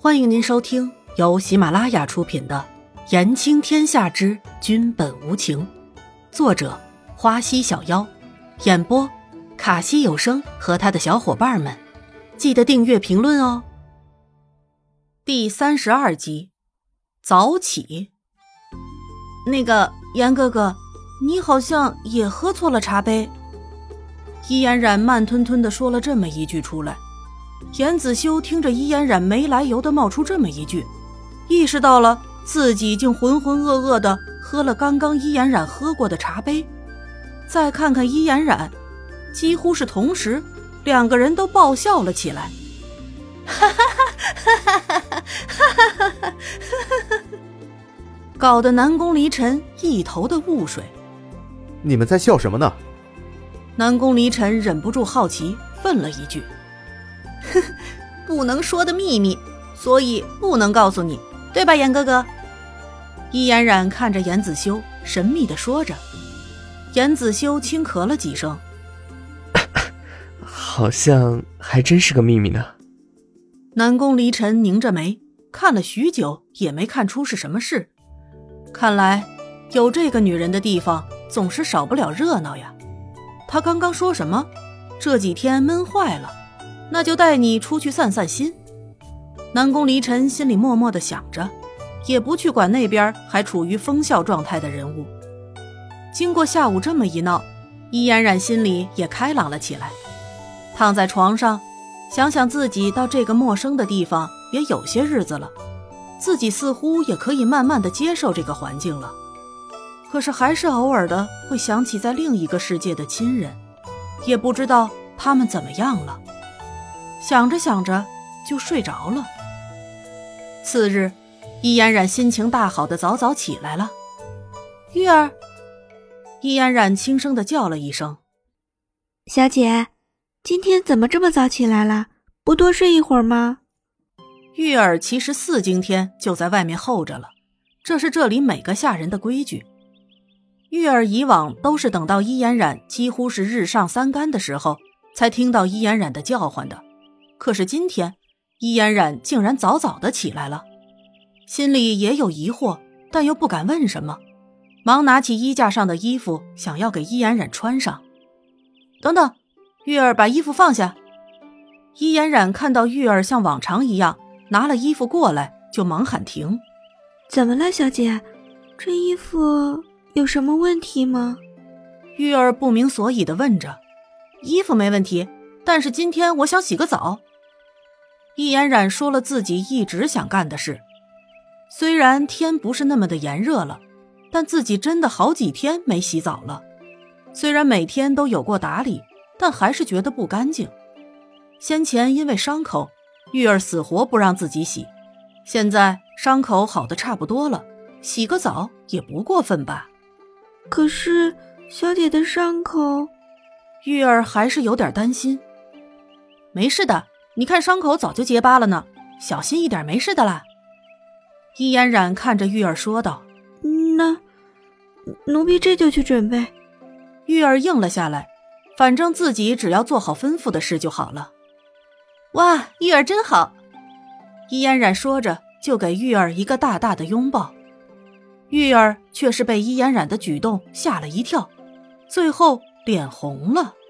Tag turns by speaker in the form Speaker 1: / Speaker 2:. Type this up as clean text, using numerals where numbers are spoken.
Speaker 1: 欢迎您收听由喜马拉雅出品的《言情天下之君本无情》，作者花溪小妖，演播卡西有声和他的小伙伴们。记得订阅评论哦。第32集，早起。那个严哥哥，你好像也喝错了茶杯。伊嫣然慢吞吞地说了这么一句出来。严子修听着伊嫣然没来由地冒出这么一句，意识到了自己竟浑浑噩噩地喝了刚刚伊嫣然喝过的茶杯。再看看伊嫣然，几乎是同时，两个人都爆笑了起来。哈哈哈哈哈哈！搞得南宫离尘一头的雾水。
Speaker 2: 你们在笑什么呢？
Speaker 1: 南宫离尘忍不住好奇问了一句。不能说的秘密，所以不能告诉你，对吧，严哥哥？伊嫣然看着严子修，神秘地说着。严子修轻咳了几声，
Speaker 3: 好像还真是个秘密呢。
Speaker 1: 南宫离尘拧着眉，看了许久也没看出是什么事。看来有这个女人的地方总是少不了热闹呀。她刚刚说什么？这几天闷坏了，那就带你出去散散心。南宫离尘心里默默地想着，也不去管那边还处于疯笑状态的人物。经过下午这么一闹，伊嫣然心里也开朗了起来。躺在床上，想想自己到这个陌生的地方也有些日子了，自己似乎也可以慢慢地接受这个环境了。可是还是偶尔的会想起在另一个世界的亲人，也不知道他们怎么样了。想着想着就睡着了。次日，伊嫣然心情大好的早早起来了。玉儿，伊嫣然轻声的叫了一声。
Speaker 4: 小姐，今天怎么这么早起来了？不多睡一会儿吗？
Speaker 1: 玉儿其实4更天就在外面候着了，这是这里每个下人的规矩。玉儿以往都是等到伊嫣然几乎是日上3竿的时候才听到伊嫣然的叫唤的，可是今天伊嫣然竟然早早的起来了，心里也有疑惑，但又不敢问什么，忙拿起衣架上的衣服想要给伊嫣然穿上。等等，玉儿，把衣服放下。伊嫣然看到玉儿像往常一样拿了衣服过来，就忙喊停。
Speaker 4: 怎么了，小姐？这衣服有什么问题吗？
Speaker 1: 玉儿不明所以地问着。衣服没问题，但是今天我想洗个澡。伊嫣然说了自己一直想干的事。虽然天不是那么的炎热了，但自己真的好几天没洗澡了。虽然每天都有过打理，但还是觉得不干净。先前因为伤口，玉儿死活不让自己洗，现在伤口好的差不多了，洗个澡也不过分吧。
Speaker 4: 可是小姐的伤口，
Speaker 1: 玉儿还是有点担心。没事的，你看伤口早就结疤了呢，小心一点，没事的啦。伊嫣然看着玉儿说道。
Speaker 4: 那奴婢这就去准备。
Speaker 1: 玉儿应了下来，反正自己只要做好吩咐的事就好了。哇，玉儿真好。伊嫣然说着就给玉儿一个大大的拥抱。玉儿却是被伊嫣然的举动吓了一跳，最后脸红了。